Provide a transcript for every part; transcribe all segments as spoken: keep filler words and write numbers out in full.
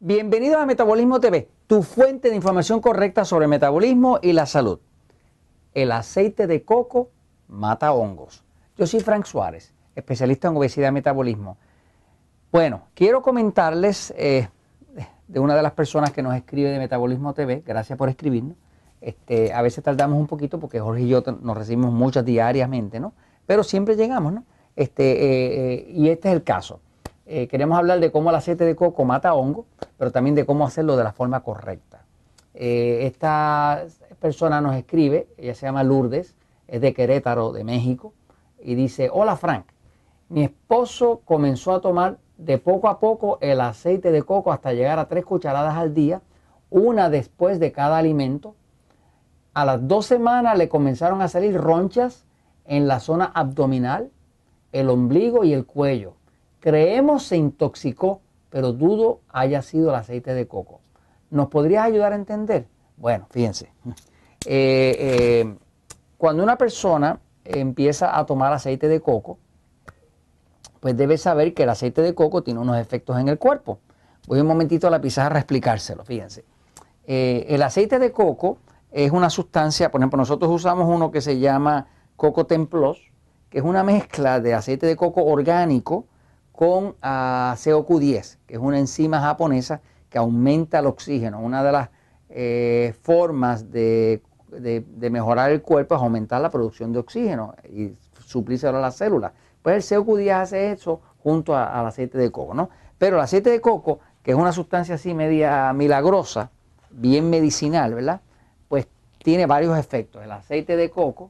Bienvenidos a Metabolismo T V, tu fuente de información correcta sobre el metabolismo y la salud. El aceite de coco mata hongos. Yo soy Frank Suárez, especialista en obesidad y metabolismo. Bueno, quiero comentarles eh, de una de las personas que nos escribe de Metabolismo T V. Gracias por escribirnos. Este, a veces tardamos un poquito porque Jorge y yo nos recibimos muchas diariamente, ¿no? Pero siempre llegamos, ¿no? Este, eh, eh, y este es el caso. Eh, queremos hablar de cómo el aceite de coco mata hongos, pero también de cómo hacerlo de la forma correcta. Eh, esta persona nos escribe, ella se llama Lourdes, es de Querétaro, de México, y dice: hola Frank, mi esposo comenzó a tomar de poco a poco el aceite de coco hasta llegar a tres cucharadas al día, una después de cada alimento. A las dos semanas le comenzaron a salir ronchas en la zona abdominal, el ombligo y el cuello. Creemos se intoxicó, pero dudo haya sido el aceite de coco. ¿Nos podrías ayudar a entender? Bueno, fíjense. Eh, eh, cuando una persona empieza a tomar aceite de coco, pues debe saber que el aceite de coco tiene unos efectos en el cuerpo. Voy un momentito a la pizarra a explicárselo, fíjense. Eh, el aceite de coco es una sustancia, por ejemplo, nosotros usamos uno que se llama Coco Ten Plus, que es una mezcla de aceite de coco orgánico con uh, C O Q diez, que es una enzima japonesa que aumenta el oxígeno. Una de las eh, formas de, de, de mejorar el cuerpo es aumentar la producción de oxígeno y suplírselo a las células. Pues el C O Q diez hace eso junto a, al aceite de coco, ¿no? Pero el aceite de coco, que es una sustancia así media milagrosa, bien medicinal, ¿verdad? Pues tiene varios efectos. El aceite de coco,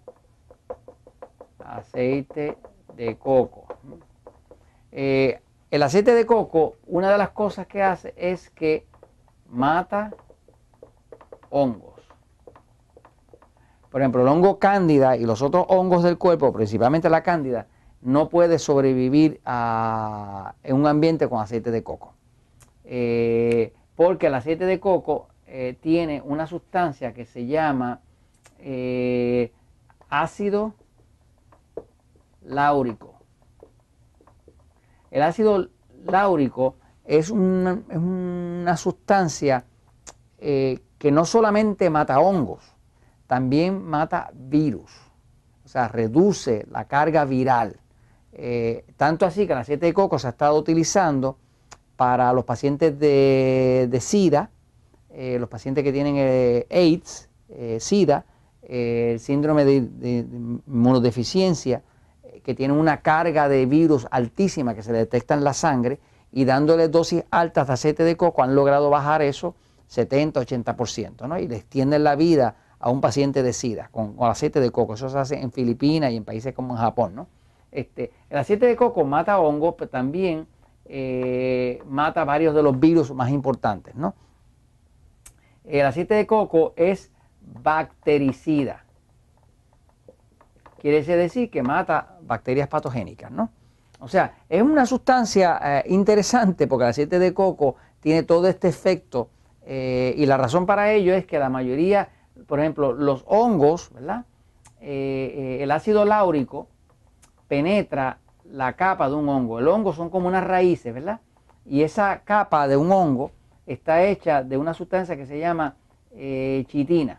aceite de coco. Eh, el aceite de coco, una de las cosas que hace es que mata hongos. Por ejemplo, el hongo cándida y los otros hongos del cuerpo, principalmente la cándida, no puede sobrevivir a, en un ambiente con aceite de coco. Eh, porque el aceite de coco eh, tiene una sustancia que se llama eh, ácido láurico. El ácido láurico es una, es una sustancia eh, que no solamente mata hongos, también mata virus, o sea, reduce la carga viral. Eh, tanto así que el aceite de coco se ha estado utilizando para los pacientes de, de SIDA, eh, los pacientes que tienen eh, AIDS, eh, SIDA, eh, el síndrome de, de, de inmunodeficiencia, que tienen una carga de virus altísima que se le detecta en la sangre, y dándole dosis altas de aceite de coco han logrado bajar eso setenta, ochenta por ciento, ¿no? Y le extienden la vida a un paciente de SIDA con, con aceite de coco. Eso se hace en Filipinas y en países como en Japón, ¿no? Este, el aceite de coco mata hongos, pero también eh, mata varios de los virus más importantes, ¿no? El aceite de coco es bactericida. Quiere decir que mata bacterias patogénicas, ¿no? O sea, es una sustancia eh, interesante porque el aceite de coco tiene todo este efecto eh, y la razón para ello es que la mayoría, por ejemplo, los hongos, ¿verdad? Eh, eh, el ácido láurico penetra la capa de un hongo. El hongo son como unas raíces, ¿verdad? Y esa capa de un hongo está hecha de una sustancia que se llama eh, chitina.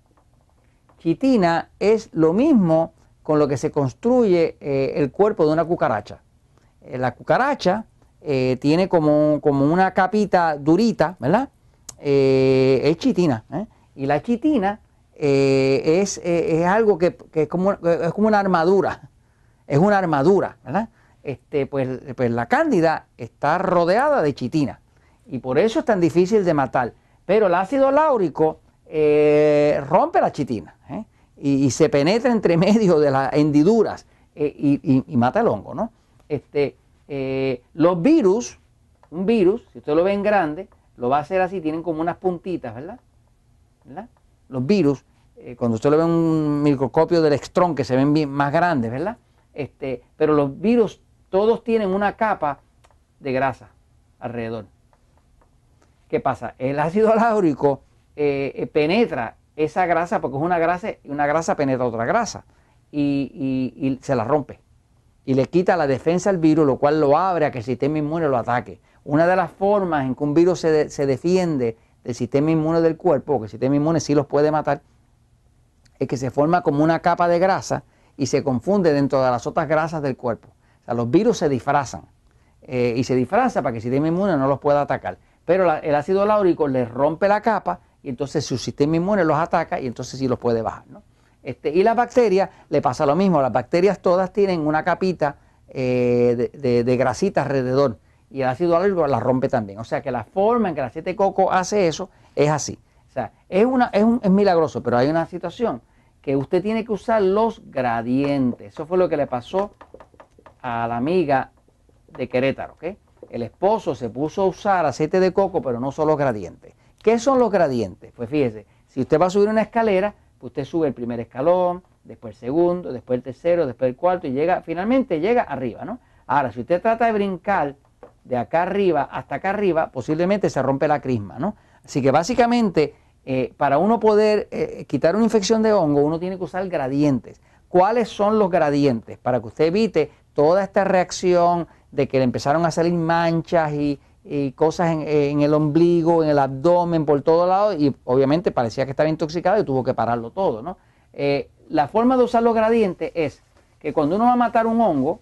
Chitina es lo mismo con lo que se construye eh, el cuerpo de una cucaracha. Eh, la cucaracha eh, tiene como, como una capita durita, ¿verdad? Eh, es chitina. ¿eh? Y la chitina eh, es, eh, es algo que, que es, como, es como una armadura. Es una armadura, ¿verdad? Este, pues, pues la cándida está rodeada de chitina. Y por eso es tan difícil de matar. Pero el ácido láurico eh, rompe la chitina. ¿eh? Y, y se penetra entre medio de las hendiduras eh, y, y, y mata el hongo, ¿no? Este, eh, los virus, un virus, si usted lo ve en grande, lo va a hacer así, tienen como unas puntitas, ¿verdad? ¿verdad? Los virus, eh, cuando usted lo ve en un microscopio del Extron, que se ven bien más grandes, ¿verdad? Este, pero los virus todos tienen una capa de grasa alrededor. ¿Qué pasa? El ácido láurico eh, eh, penetra esa grasa, porque es una grasa, una grasa penetra otra grasa, y, y, y se la rompe. Y le quita la defensa al virus, lo cual lo abre a que el sistema inmune lo ataque. una de las formas en que un virus se, de, se defiende del sistema inmune del cuerpo, porque el sistema inmune sí los puede matar, es que se forma como una capa de grasa y se confunde dentro de las otras grasas del cuerpo. O sea, los virus se disfrazan eh, y se disfrazan para que el sistema inmune no los pueda atacar. Pero la, el ácido láurico les rompe la capa y entonces su sistema inmune los ataca y entonces sí los puede bajar, ¿no? Este, y las bacterias le pasa lo mismo. Las bacterias todas tienen una capita eh, de, de, de grasita alrededor y el ácido láurico las rompe también. O sea que la forma en que el aceite de coco hace eso es así. O sea, es, una, es, un, es milagroso, pero hay una situación que usted tiene que usar los gradientes. Eso fue lo que le pasó a la amiga de Querétaro, ¿ok? El esposo se puso a usar aceite de coco, pero no son los gradientes. ¿Qué son los gradientes? Pues fíjese, si usted va a subir una escalera, pues usted sube el primer escalón, después el segundo, después el tercero, después el cuarto y llega, finalmente llega arriba, ¿no? Ahora, si usted trata de brincar de acá arriba hasta acá arriba, posiblemente se rompe la crisma, ¿no? Así que básicamente, eh, para uno poder eh, quitar una infección de hongo, uno tiene que usar gradientes. ¿Cuáles son los gradientes? Para que usted evite toda esta reacción de que le empezaron a salir manchas y, y cosas en, en el ombligo, en el abdomen, por todos lados, y obviamente parecía que estaba intoxicado y tuvo que pararlo todo, ¿no? Eh, la forma de usar los gradientes es que cuando uno va a matar un hongo,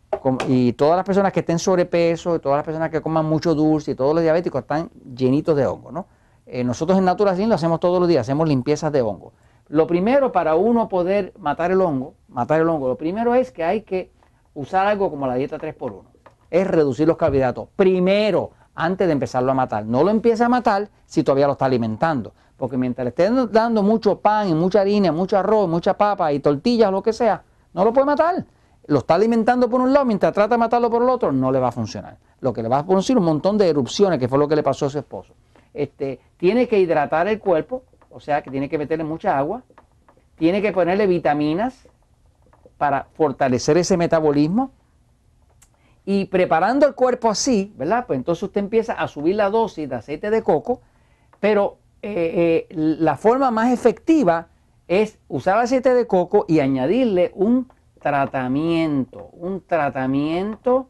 y todas las personas que estén sobrepeso, y todas las personas que coman mucho dulce, y todos los diabéticos están llenitos de hongo, ¿no? Eh, nosotros en Naturacin lo hacemos todos los días, hacemos limpiezas de hongo. Lo primero para uno poder matar el hongo, matar el hongo, lo primero es que hay que usar algo como la dieta tres por uno. Es reducir los carbohidratos primero, antes de empezarlo a matar. No lo empiece a matar si todavía lo está alimentando. Porque mientras le estén dando mucho pan y mucha harina, mucho arroz, mucha papa y tortillas, lo que sea, no lo puede matar. Lo está alimentando por un lado, mientras trata de matarlo por el otro, no le va a funcionar. Lo que le va a producir un montón de erupciones, que fue lo que le pasó a su esposo. Este, tiene que hidratar el cuerpo, o sea que tiene que meterle mucha agua, tiene que ponerle vitaminas para fortalecer ese metabolismo. Y preparando el cuerpo así, ¿verdad? Pues entonces usted empieza a subir la dosis de aceite de coco, pero eh, eh, la forma más efectiva es usar aceite de coco y añadirle un tratamiento, un tratamiento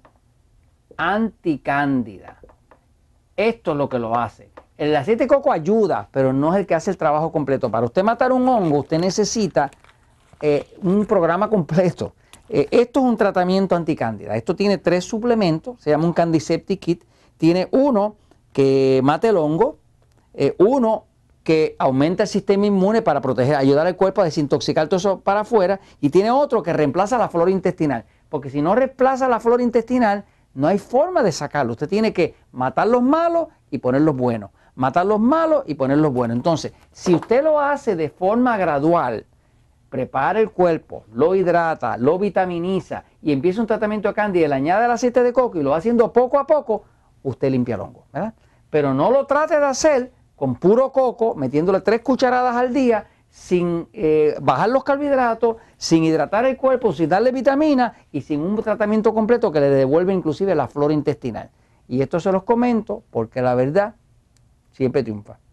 anticándida. Esto es lo que lo hace. El aceite de coco ayuda, pero no es el que hace el trabajo completo. Para usted matar un hongo, usted necesita eh, un programa completo. Eh, esto es un tratamiento anticándida. Esto tiene tres suplementos, se llama un Candiseptic Kit. Tiene uno que mata el hongo, eh, uno que aumenta el sistema inmune para proteger, ayudar al cuerpo a desintoxicar todo eso para afuera, y tiene otro que reemplaza la flora intestinal. Porque si no reemplaza la flora intestinal, no hay forma de sacarlo. Usted tiene que matar los malos y poner los buenos. Matar los malos y poner los buenos. Entonces, si usted lo hace de forma gradual, prepara el cuerpo, lo hidrata, lo vitaminiza y empieza un tratamiento de cándida, le añade el aceite de coco y lo va haciendo poco a poco, usted limpia el hongo, ¿verdad? Pero no lo trate de hacer con puro coco, metiéndole tres cucharadas al día, sin eh, bajar los carbohidratos, sin hidratar el cuerpo, sin darle vitamina y sin un tratamiento completo que le devuelve inclusive la flora intestinal. Y esto se los comento porque la verdad siempre triunfa.